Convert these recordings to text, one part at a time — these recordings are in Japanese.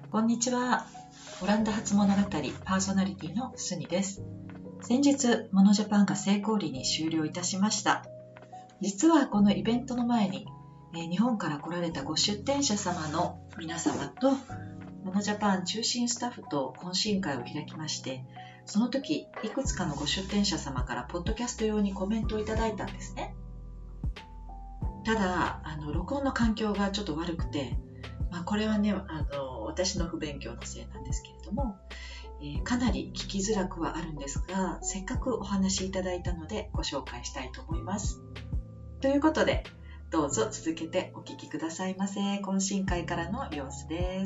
こんにちは。オランダ初物語パーソナリティのスニです。先日、モノジャパンが成功裏に終了いたしました。実はこのイベントの前に、日本から来られたご出展者様の皆様と、モノジャパン中心スタッフと懇親会を開きまして、その時、いくつかのご出展者様からポッドキャスト用にコメントをいただいたんですね。ただ、録音の環境がちょっと悪くて、これはね、私の不勉強のせいなんですけれども、かなり聞きづらくはあるんですが、せっかくお話しいただいたのでご紹介したいと思います。ということで、どうぞ続けてお聞きくださいませ。懇親会からの様子です。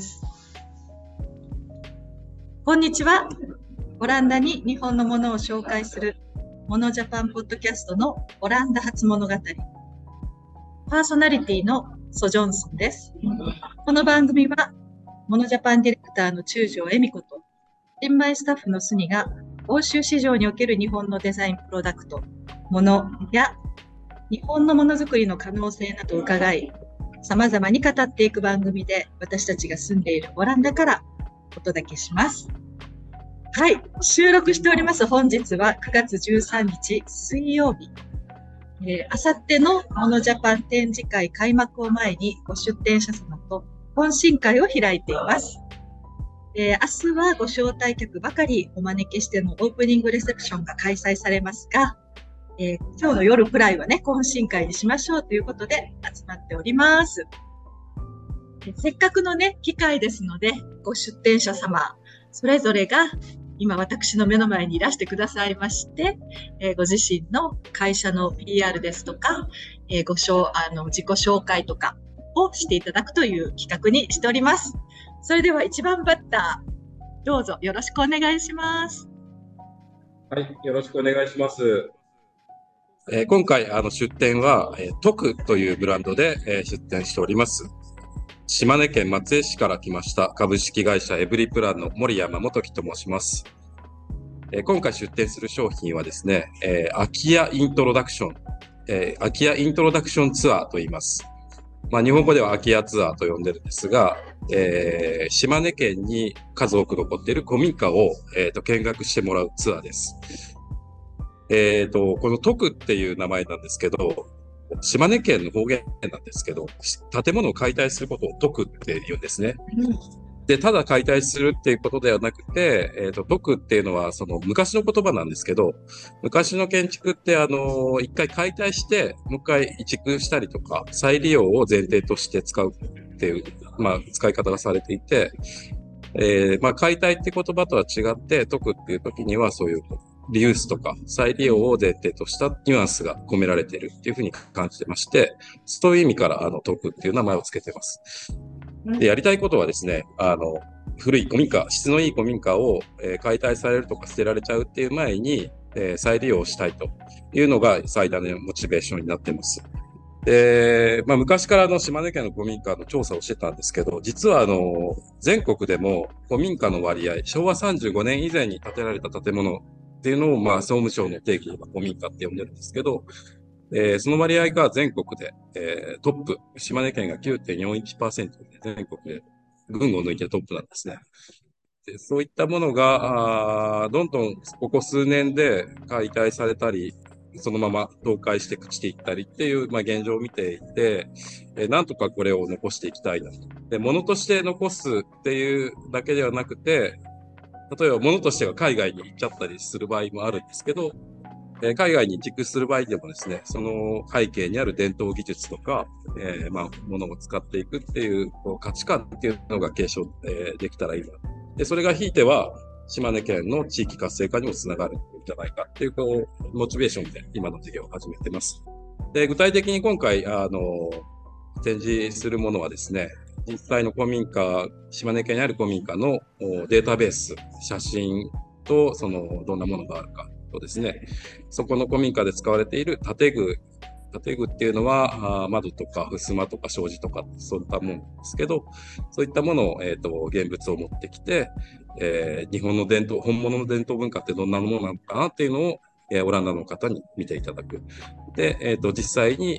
こんにちは。オランダに日本のものを紹介するモノジャパンポッドキャストのオランダ初物語。パーソナリティのソジョンソンです。この番組は、モノジャパンディレクターの中条恵美子と、新米スタッフのスニが、欧州市場における日本のデザインプロダクト、ものや、日本のものづくりの可能性などを伺い、様々に語っていく番組で、私たちが住んでいるオランダからお届けします。はい、収録しております本日は9月13日水曜日。あさってのモノジャパン展示会開幕を前にご出展者様と懇親会を開いています。明日はご招待客ばかりお招きしてのオープニングレセプションが開催されますが、今日の夜くらいはね、懇親会にしましょうということで集まっております。せっかくのね、機会ですので、ご出展者様、それぞれが今私の目の前にいらしてくださいまして、ご自身の会社の PR ですとか、自己紹介とかをしていただくという企画にしております。それでは1番バッター、どうぞよろしくお願いします。 はい、よろしくお願いします。今回出展は、トクというブランドで、出展しております。島根県松江市から来ました株式会社エブリプランの森山元樹と申します。今回出展する商品はですね、空き家イントロダクション、空き家イントロダクションツアーと言います。日本語では空き家ツアーと呼んでるんですが、島根県に数多く残っている古民家を、見学してもらうツアーです。このトクっていう名前なんですけど、島根県の方言なんですけど、建物を解体することをトクって言うんですね。で、ただ解体するっていうことではなくて、トクっていうのはその昔の言葉なんですけど、昔の建築って一回解体して、もう一回移築したりとか、再利用を前提として使うっていう、使い方がされていて、解体って言葉とは違って、トクっていう時にはそういうリユースとか再利用を前提としたニュアンスが込められているっていうふうに感じてまして、そういう意味からトクっていう名前をつけてます。で、やりたいことはですね、古い古民家、質のいい古民家を、解体されるとか捨てられちゃうっていう前に、再利用したいというのが最大のモチベーションになっています。で、昔から島根県の古民家の調査をしてたんですけど、実は全国でも古民家の割合、昭和35年以前に建てられた建物っていうのを、総務省の定義で古民家って呼んでるんですけど、その割合が全国で、トップ、島根県が 9.41% で全国で群を抜いてトップなんですね。でそういったものが、どんどんここ数年で解体されたり、そのまま倒壊して朽ちていったりっていう、現状を見ていて、なんとかこれを残していきたいなと。で、物として残すっていうだけではなくて、例えば物としては海外に行っちゃったりする場合もあるんですけど、海外に移築する場合でもですね、その背景にある伝統技術とか、物を使っていくっていう価値観っていうのが継承、できたらいいな。で、それがひいては、島根県の地域活性化にもつながるんじゃないかっていう、モチベーションで今の事業を始めてます。で、具体的に今回、展示するものはですね、実際の古民家、島根県にある古民家のデータベース、写真と、どんなものがあるかとですね、そこの古民家で使われている建具っていうのは、窓とか、襖とか、障子とか、そういったものですけど、そういったものを、現物を持ってきて、日本の本物の伝統文化ってどんなものなのかなっていうのを、オランダの方に見ていただく。で、実際に、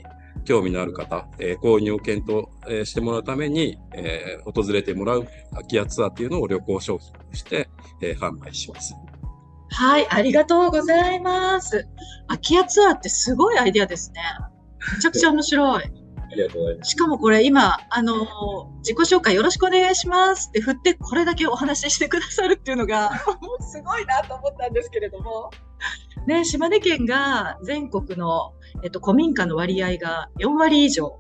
興味のある方、購入を検討、してもらうために、訪れてもらう空き家ツアーっていうのを旅行商品として、販売します。 はい、ありがとうございます。空き家ツアーってすごいアイデアですね。めちゃくちゃ面白い。 ありがとうございます。 しかもこれ今、自己紹介よろしくお願いしますって振って、これだけお話ししてくださるっていうのが、もうすごいなと思ったんですけれども。ね、島根県が全国の、古民家の割合が4割以上。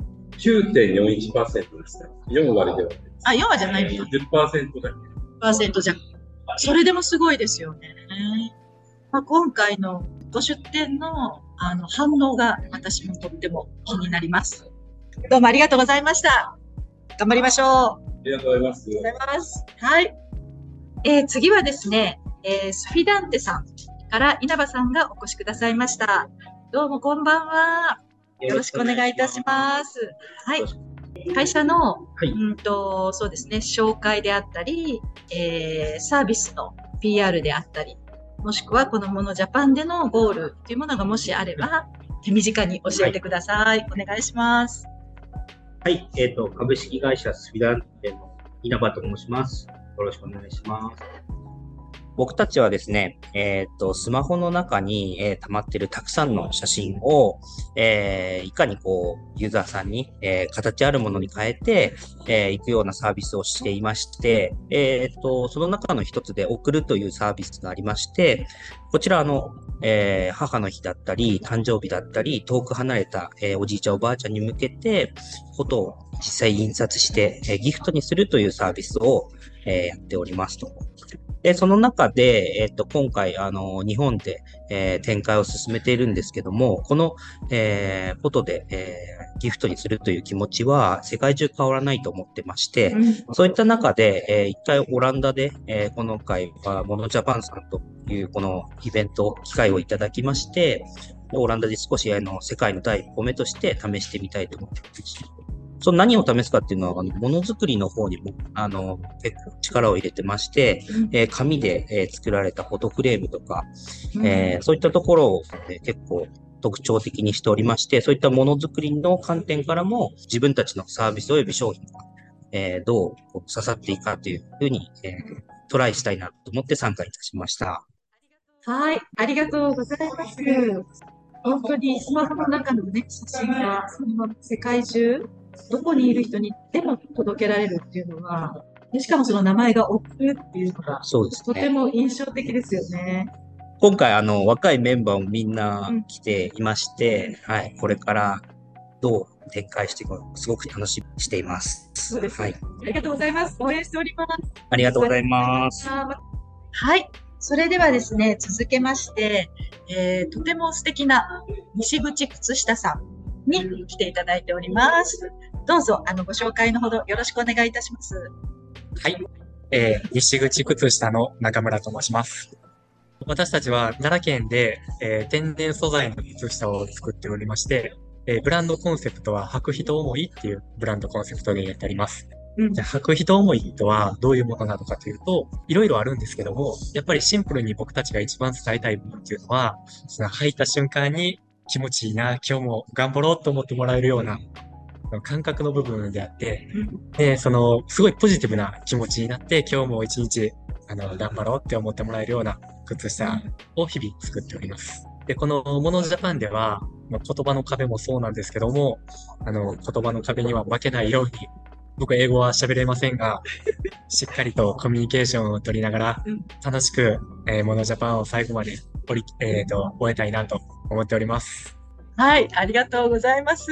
9.41% ですね。4割ではないです。 あ、4割じゃないのか。 10% だけ。 10%じゃ。それでもすごいですよね。まあ、今回のご出店の反応が私もとっても気になります。どうもありがとうございました。頑張りましょう。 ありがとうございます。 ありがとうございます。はい。次はですね、スフィダンテさんから稲葉さんがお越しくださいました。どうもこんばんは。よろしくお願いいたします。はい。会社の、そうですね、紹介であったり、サービスの PR であったり、もしくはこのモノジャパンでのゴールというものがもしあれば、手短に教えてください。お願いします。 はい、株式会社スフィダンテの稲葉と申します。よろしくお願いします。僕たちはですね、スマホの中に、溜まっているたくさんの写真を、いかにユーザーさんに、形あるものに変えて、いくようなサービスをしていまして、その中の一つで送るというサービスがありまして、こちら母の日だったり、誕生日だったり、遠く離れた、おじいちゃんおばあちゃんに向けて、フォトを実際印刷して、ギフトにするというサービスを、やっておりますと。で、その中で、今回、日本で、展開を進めているんですけども、この、フォトで、ギフトにするという気持ちは世界中変わらないと思ってまして、そういった中で、一回オランダで、今回はモノジャパンさんというこのイベント、機会をいただきまして、オランダで少し世界の第一歩目として試してみたいと思っています。その何を試すかっていうのは、ものづくりの方にも、結構力を入れてまして、紙で、作られたフォトフレームとか、そういったところを、結構特徴的にしておりまして、そういったものづくりの観点からも、自分たちのサービス及び商品が、どう刺さっていくかというふうに、トライしたいなと思って参加いたしました。 はい、ありがとうございます。本当にスマホの中のね、写真が、その世界中、どこにいる人にでも届けられるっていうのは、でしかもその名前が送るっていうのが、 そうですね。 とても印象的ですよね。 今回若いメンバーもみんな来ていまして、はい、これからどう展開していくのかすごく楽しみにしています。 そうです。 はい。 ありがとうございます。応援しております。 ありがとうございます。 はい。それではですね、続けまして、とても素敵な西口靴下さんに来ていただいております。どうぞ、ご紹介のほどよろしくお願いいたします。 はい。西口靴下の中村と申します。私たちは奈良県で、天然素材の靴下を作っておりまして、ブランドコンセプトは履く人思いっていうブランドコンセプトでやっております。じゃあ履く人思いとはどういうものなのかというと、いろいろあるんですけども、やっぱりシンプルに僕たちが一番伝えたい部分っていうのは、その履いた瞬間に気持ちいいな、今日も頑張ろうと思ってもらえるような感覚の部分であって、すごいポジティブな気持ちになって、今日も一日、頑張ろうって思ってもらえるような靴下を日々作っております。で、このモノジャパンでは、言葉の壁もそうなんですけども、言葉の壁には負けないように、僕英語は喋れませんが、しっかりとコミュニケーションを取りながら、楽しく、モノジャパンを最後まで終えたいなと思っております。 はい、ありがとうございます。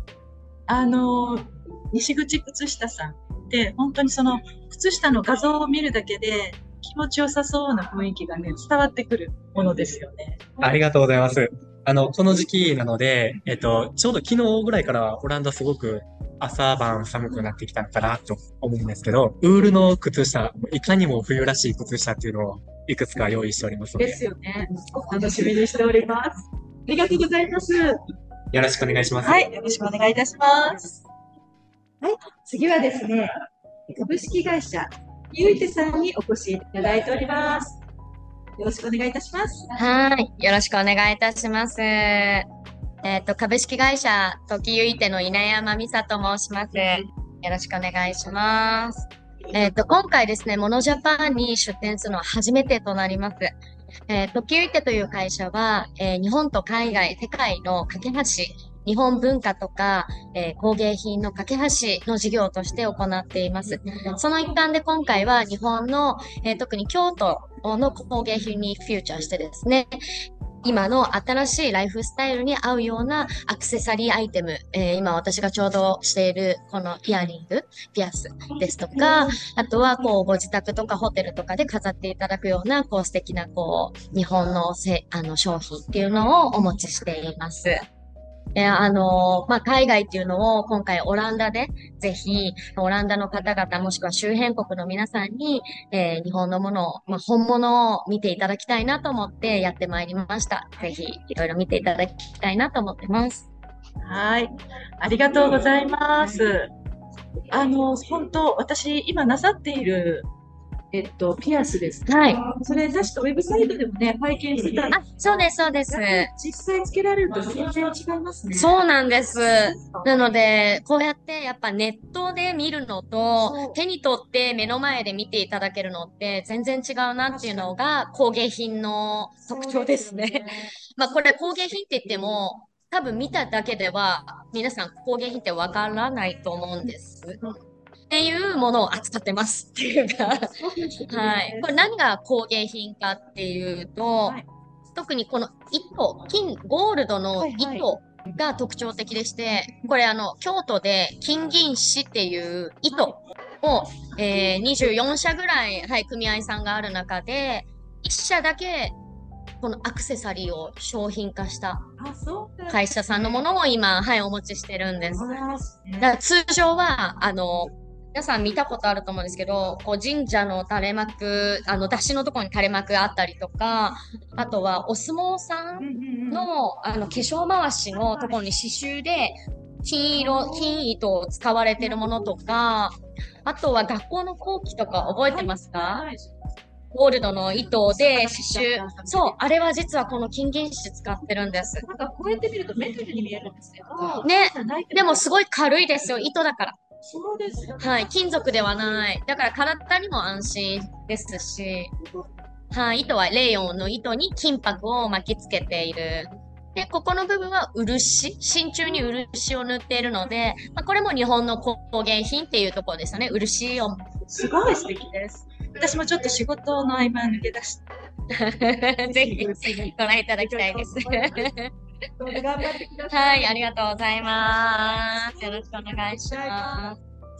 西口靴下さんって本当にその靴下の画像を見るだけで気持ちよさそうな雰囲気がね、伝わってくるものですよね。 ありがとうございます。この時期なので、ちょうど昨日ぐらいからオランダすごく朝晩寒くなってきたのかなと思うんですけど、ウールの靴下、いかにも冬らしい靴下っていうのをいくつか用意しておりますので。 ですよね。楽しみにしております。ありがとうございます。 よろしくお願いします。 はい、よろしくお願いいたします。はい、次はですね、株式会社ゆいてさんにお越しいただいております。よろしくお願いいたします。 はい、よろしくお願いいたします。 株式会社時ゆいての稲山美沙と申します。よろしくお願いします。今回ですね、モノジャパンに出展するのは初めてとなります。時ゆいてという会社は、日本と海外、世界の架け橋、日本文化とか、工芸品の架け橋の事業として行っています。その一環で今回は日本の、特に京都の工芸品にフューチャーしてですね、今の新しいライフスタイルに合うようなアクセサリーアイテム、今私がちょうどしているこのイヤリング、ピアスですとか、あとはご自宅とかホテルとかで飾っていただくような素敵な日本の商品っていうのをお持ちしています。海外っていうのを今回オランダで、ぜひ、オランダの方々もしくは周辺国の皆さんに、日本のものを、本物を見ていただきたいなと思ってやってまいりました。ぜひ、いろいろ見ていただきたいなと思ってます。 はい。ありがとうございます。本当、私、今なさっているピアスです。 はい。 それ、確かウェブサイトでもね、拝見してた。 そうです、そうです。 実際つけられると全然違いますね。 そうなんです。なので、こうやってやっぱネットで見るのと、手に取って目の前で見ていただけるのって全然違うなっていうのが工芸品の特徴ですね。これ工芸品って言っても、多分見ただけでは皆さん工芸品ってわからないと思うんです。っていうものを扱ってますっていうかはい。これ何が工芸品かっていうと、特にこのゴールドの糸が特徴的でして、これ京都で金銀糸っていう糸を、24社ぐらい、はい、組合さんがある中で、1社だけこのアクセサリーを商品化した会社さんのものを今、はい、お持ちしてるんです。だから通常は、皆さん見たことあると思うんですけど、神社の垂れ幕、出汁のところに垂れ幕あったりとか、あとはお相撲さんの、化粧回しのところに刺繍で、金糸を使われてるものとか、あとは学校の校旗とか覚えてますか？ゴールドの糸で刺繍。そう、あれは実はこの金銀糸使ってるんです。 なんかこうやって見るとメタルに見えるんですけど。 ね。でもすごい軽いですよ、糸だから。 そうですよ。 はい、金属ではない。だから体にも安心ですし、はい、糸はレーヨンの糸に金箔を巻きつけている。で、ここの部分は漆、真鍮に漆を塗っているので、これも日本の工芸品っていうところですよね。漆を。 すごい素敵です。私もちょっと仕事の合間抜け出して。 ぜひご覧いただきたいです。 頑張ってください。 はい、ありがとうございます。よろしくお願いします。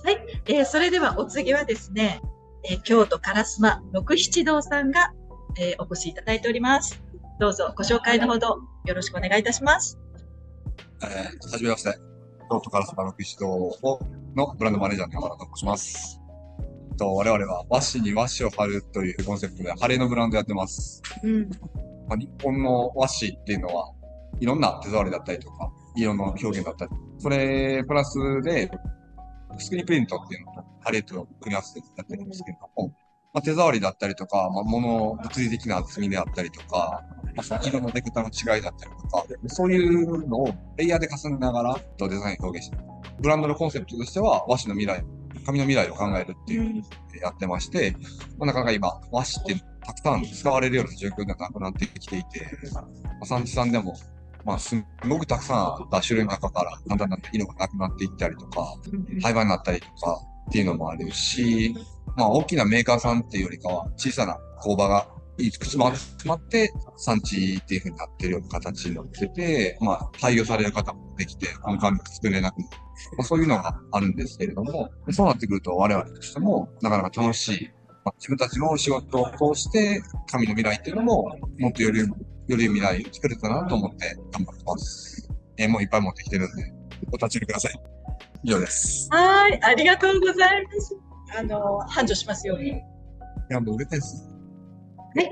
はい、それではお次はですね、京都烏丸六七堂さんが、お越しいただいております。どうぞご紹介のほどよろしくお願いいたします。 はじめまして。京都烏丸六七堂のブランドマネージャーの山田と申します。我々は和紙に和紙を貼るというコンセプトで、貼れのブランドやってます。日本の和紙っていうのは、いろんな手触りだったりとか、色の表現だったり、それプラスで、スクリーンプリントっていうのと、貼れと組み合わせてやってるんですけれども、手触りだったりとか、物理的な厚みであったりとか、色の出方の違いだったりとか、そういうのをレイヤーで重ねながらデザインを表現してる。ブランドのコンセプトとしては、和紙の未来、紙の未来を考えるっていうのをやってまして、なかなか今、和紙ってたくさん使われるような状況ではなくなってきていて、産地さんでも、すごくたくさんあった種類の中から、だんだん色がなくなっていったりとか、廃盤になったりとかっていうのもあるし、大きなメーカーさんっていうよりかは、小さな工場がいくつも集まって産地っていう風になってるような形になってて、廃業される方もできて、この紙が作れなくなる。そういうのがあるんですけれども、そうなってくると我々としてもなかなか楽しい。自分たちの仕事を通して紙の未来っていうのももっとより未来を作れたらなと思って頑張ってます。もういっぱい持ってきてるんで、お立ち寄りください。以上です。 はい、ありがとうございます。繁盛しますように。いや、もう売れてるんです。 はい。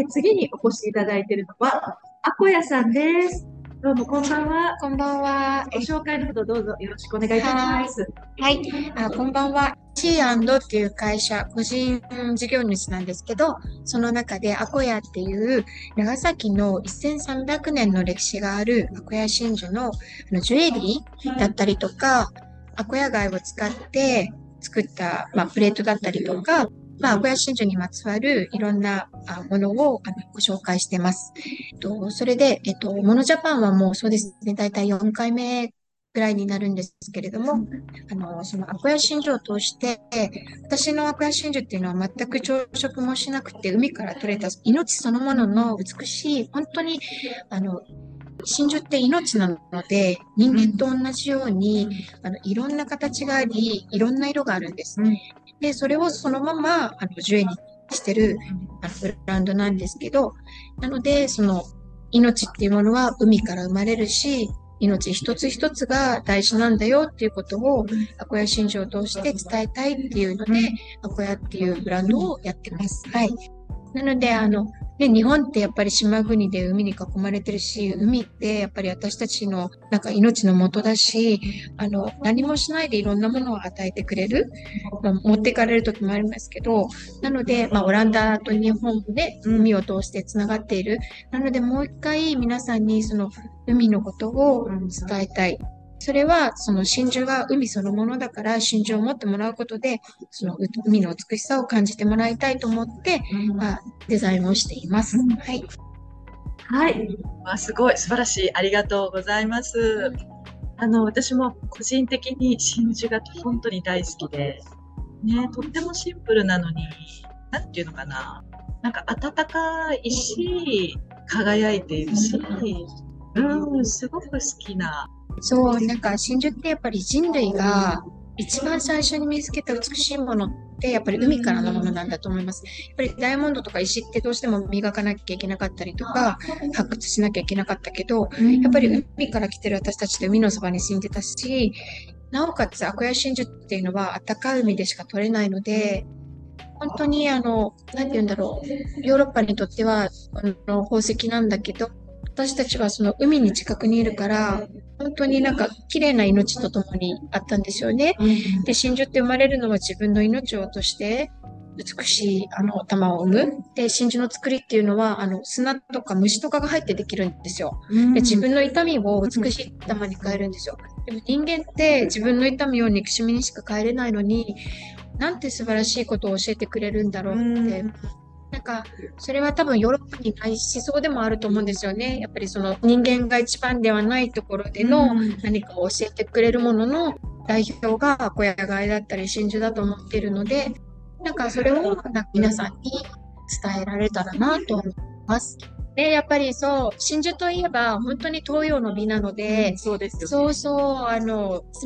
次にお越しいただいているのは、あこやさんです。どうもこんばんは。 こんばんは。 ご紹介のほどどうぞよろしくお願いいたします。 はい。こんばんは。 C&っていう会社、個人事業主なんですけど、その中でアコヤっていう長崎の1300年の歴史があるアコヤ真珠のジュエリーだったりとか、アコヤ貝を使って作った、プレートだったりとか、アコヤ真珠にまつわるいろんなものをご紹介してます。それで、モノジャパンはもうそうですね、だいたい4回目ぐらいになるんですけれども、そのアコヤ真珠を通して、私のアコヤ真珠っていうのは全く朝食もしなくて、海から取れた命そのものの美しい、本当に、真珠って命なので、人間と同じように、いろんな形があり、いろんな色があるんです。で、それをそのまま、ジュエリーにしてる、ブランドなんですけど、なので、その、命っていうものは海から生まれるし、命一つ一つが大事なんだよっていうことを、アコヤ真珠を通して伝えたいっていうので、アコヤっていうブランドをやってます。はい。なので、日本ってやっぱり島国で海に囲まれてるし、海ってやっぱり私たちのなんか命の元だし、何もしないでいろんなものを与えてくれる。持っていかれる時もありますけど、なので、オランダと日本で海を通してつながっている。なので、もう一回皆さんにその海のことを伝えたい。それは、その真珠が海そのものだから、真珠を持ってもらうことで、その海の美しさを感じてもらいたいと思って、デザインをしています。はい。 はい。すごい素晴らしい。ありがとうございます。私も個人的に真珠が本当に大好きで、ね、とってもシンプルなのに、なんていうのかな。なんか温かいし、輝いているし、すごく好きな。 そう、なんか真珠ってやっぱり人類が一番最初に見つけた美しいものってやっぱり海からのものなんだと思います。やっぱりダイヤモンドとか石ってどうしても磨かなきゃいけなかったりとか、発掘しなきゃいけなかったけど、やっぱり海から来てる私たちって海のそばに住んでたし、なおかつアコヤ真珠っていうのは暖かい海でしか取れないので、本当になんて言うんだろう、ヨーロッパにとっては宝石なんだけど、私たちはその海に近くにいるから、本当になんか綺麗な命とともにあったんですよね。で、真珠って生まれるのは自分の命を落として美しい玉を産む。で、真珠の作りっていうのは砂とか虫とかが入ってできるんですよ。で、自分の痛みを美しい玉に変えるんですよ。でも人間って自分の痛みを憎しみにしか変えれないのに、なんて素晴らしいことを教えてくれるんだろうって。なんか、それは多分ヨーロッパにない思想でもあると思うんですよね。やっぱりその人間が一番ではないところでの何かを教えてくれるものの代表がアコヤ貝だったり真珠だと思っているので、なんかそれを皆さんに伝えられたらなと思います。で、やっぱりそう、真珠といえば本当に東洋の美なので、 そうですよね。 そうそう、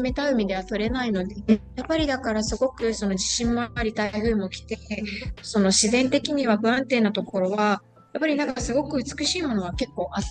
冷たい海では取れないので、やっぱりだからすごくその地震もあり台風も来て、その自然的には不安定なところは、やっぱりなんかすごく美しいものは結構あって、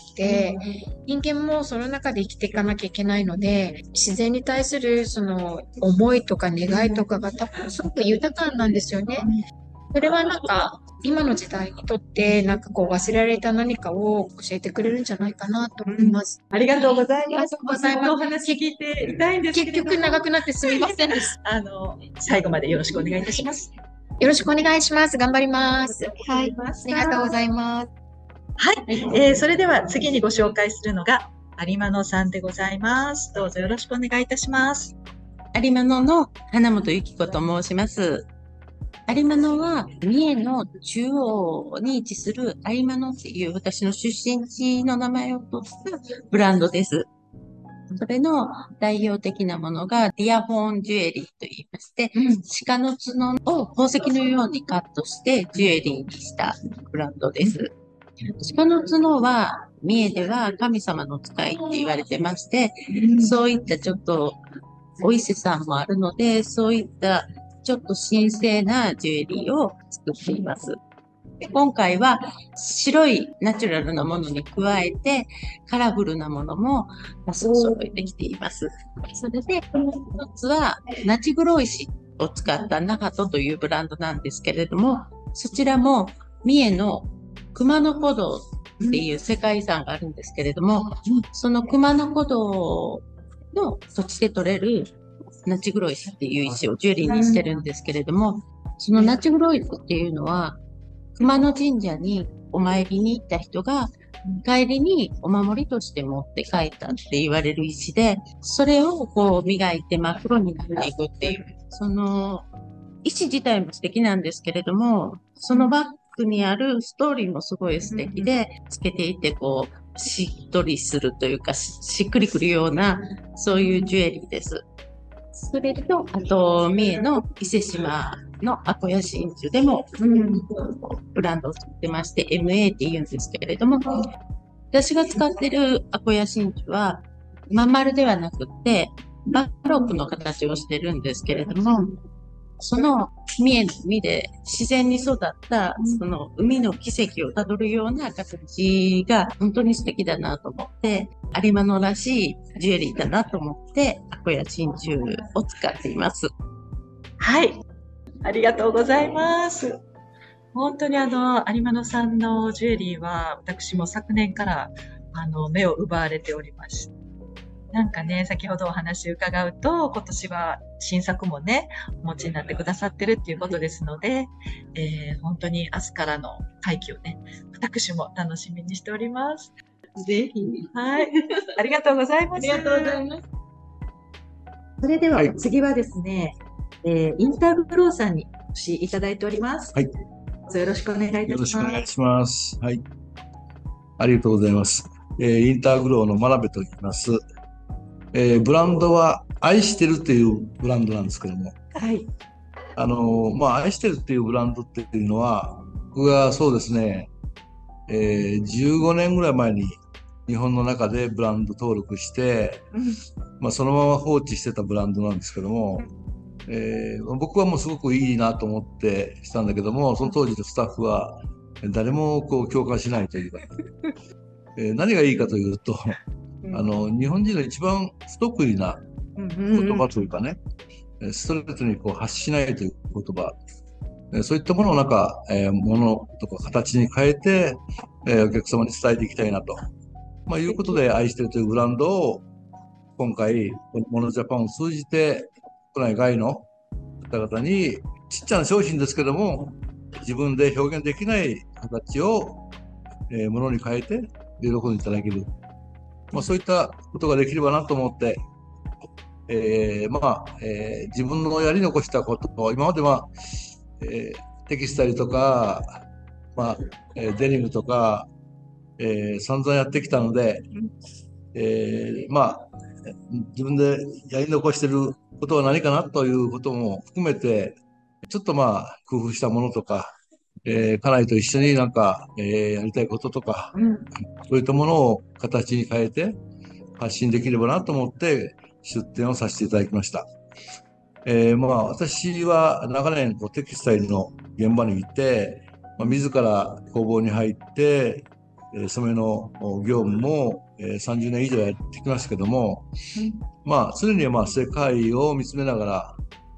人間もその中で生きていかなきゃいけないので、自然に対するその思いとか願いとかが多分すごく豊かなんですよね。それはなんか今の時代にとってなんかこう忘れられた何かを教えてくれるんじゃないかなと思います。 ありがとうございます。 ありがとうございます。 お話聞いていたいんですけ結ど。 局長くなってすみませんでした。 最後までよろしくお願いいたします。 よろしくお願いします。頑張ります。はい。ありがとうございます。 はい。それでは次にご紹介するのが有馬野さんでございます。どうぞよろしくお願いいたします。 有馬野の花本由紀子と申します。有馬野は三重の中央に位置する有馬野っていう私の出身地の名前を取ったブランドです。それの代表的なものがディアホーンジュエリーと言いまして、鹿の角を宝石のようにカットしてジュエリーにしたブランドです。鹿の角は三重では神様の使いって言われてまして、そういったちょっとお伊勢さんもあるので、そういったちょっと神聖なジュエリーを作っています。今回は白いナチュラルなものに加えてカラフルなものも揃えてきています。それで、もう一つはナチグロ石を使ったナハトというブランドなんですけれども、そちらも三重の熊野古道っていう世界遺産があるんですけれども、その熊野古道の土地で採れるナチグロイスっていう石をジュエリーにしてるんですけれども、そのナチグロイスっていうのは、熊野神社にお参りに行った人が、帰りにお守りとして持って帰ったって言われる石で、それをこう磨いて真っ黒になっていくっていう、その石自体も素敵なんですけれども、そのバッグにあるストーリーもすごい素敵で、つけていてこう、しっとりするというか、しっくりくるような、そういうジュエリーです。それと、あと、三重の伊勢志摩のアコヤ真珠でも、ブランドを作ってまして、MA って言うんですけれども、私が使ってるアコヤ真珠は、まん丸ではなくて、バロックの形をしてるんですけれども、その三重の海で自然に育った、その海の奇跡をたどるような形が本当に素敵だなと思って、有馬野らしいジュエリーだなと思って、アコヤ真珠を使っています。 はい。ありがとうございます。本当に有馬野さんのジュエリーは、私も昨年から、目を奪われておりました。なんかね、先ほどお話伺うと、今年は新作もね、お持ちになってくださってるっていうことですので、本当に明日からの会期をね、私も楽しみにしております。 ぜひ。 はい。ありがとうございます。 ありがとうございます。 それでは次はですね、インターグローさんにお越しいただいております。 はい。 どうぞよろしくお願いいたします。 よろしくお願いします。はい。ありがとうございます。インターグローの真鍋と言います。ブランドは愛してるっていうブランドなんですけども。 はい。 愛してるっていうブランドっていうのは、僕がそうですね、15年ぐらい前に日本の中でブランド登録して、そのまま放置してたブランドなんですけども、僕はもうすごくいいなと思ってしたんだけども、その当時のスタッフは誰もこう共感しないというか、何がいいかというと、日本人の一番不得意な言葉というかね、ストレートにこう発しないという言葉、そういったものをなんか、ものとか形に変えて、お客様に伝えていきたいなと、いうことで愛しているというブランドを今回、モノジャパンを通じて国内外の方々にちっちゃな商品ですけども、自分で表現できない形を、ものに変えて喜んでいただける。そういったことができればなと思って、自分のやり残したことを、今までテキスタイルとか、デニムとか、散々やってきたので、自分でやり残してることは何かなということも含めて、ちょっと工夫したものとか、家内と一緒になんか、やりたいこととか、そういったものを形に変えて発信できればなと思って出展をさせていただきました。私は長年テキスタイルの現場にいて、自ら工房に入って、染めの業務も30年以上やってきましたけども、常に世界を見つめながら、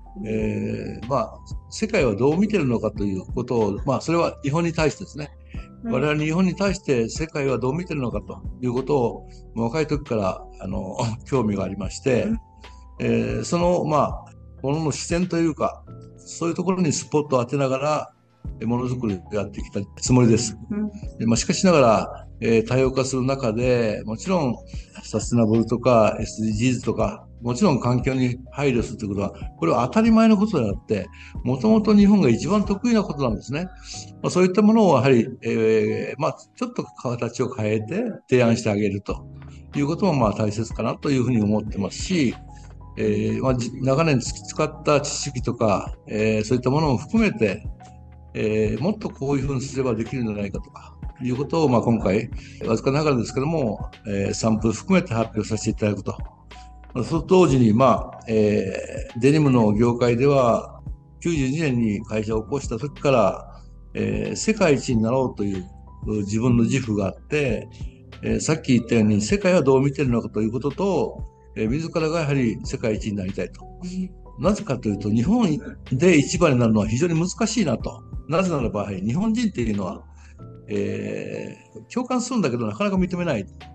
世界はどう見てるのかということを、それは日本に対してですね、我々日本に対して世界はどう見てるのかということを若い時から興味がありまして、そのものの視線というか、そういうところにスポットを当てながらものづくりをやってきたつもりです。しかしながら、多様化する中で、もちろんサステナブルとか SDGs とか、もちろん環境に配慮するということは、これは当たり前のことであって、もともと日本が一番得意なことなんですね。そういったものをやはり、ちょっと形を変えて提案してあげるということも大切かなというふうに思ってますし、長年使った知識とか、そういったものも含めて、もっとこういうふうにすればできるんじゃないかとかいうことを、今回わずかながらですけども、サンプル含めて発表させていただくと。その当時に、デニムの業界では92年に会社を起こした時から、世界一になろうという自分の自負があって、さっき言ったように世界はどう見てるのかということと、自らがやはり世界一になりたいと。なぜかというと、日本で一番になるのは非常に難しいなと。なぜならば、日本人っていうのは、共感するんだけどなかなか認めない。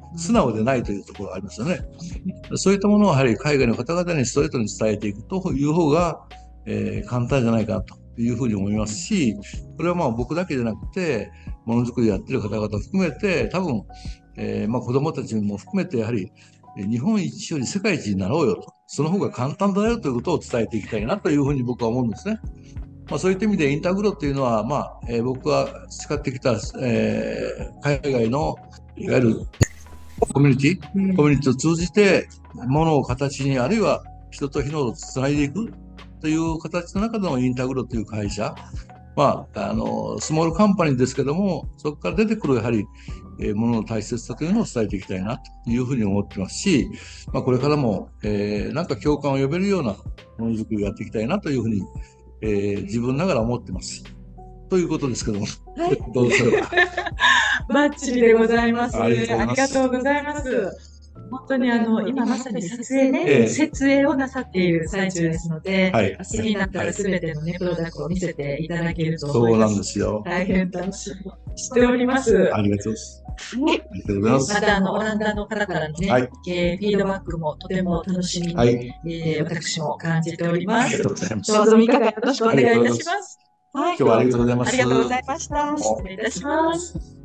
素直でないというところがありますよね。そういったものをやはり海外の方々にストレートに伝えていくという方が、簡単じゃないかなというふうに思いますし、これはまあ僕だけじゃなくて、ものづくりやってる方々含めて、多分、まあ子供たちも含めて、やはり日本一より世界一になろうよと、その方が簡単だよということを伝えていきたいなというふうに僕は思うんですね。まあ、そういった意味でインタグロっていうのは、まあ僕が使ってきた、海外のいわゆるコミュニティを通じて物を形に、あるいは人と人をつないでいくという形の中でのインタグロという会社、まあ、スモールカンパニーですけども、そこから出てくるやはり、ものの大切さというのを伝えていきたいなというふうに思ってますし、まあ、これからも、なんか共感を呼べるようなものづくりをやっていきたいなというふうに、自分ながら思ってます。ということですけども、 はい、 どうぞ。 バッチリでございます。 ありがとうございます。本当に今まさに撮影ね、設営をなさっている最中ですので、はい、次になったらすべてのね、プロダクトを見せていただけると思います。 そうなんですよ。 大変楽しみしております。 ありがとうございます。はい、ありがとうございます。 またオランダの方からのね、フィードバックもとても楽しみに、私も感じております。 ありがとうございます。 どうぞ3日間よろしくお願いいたします。 はい、今日はありがとうございます。 ありがとうございました。失礼いたします。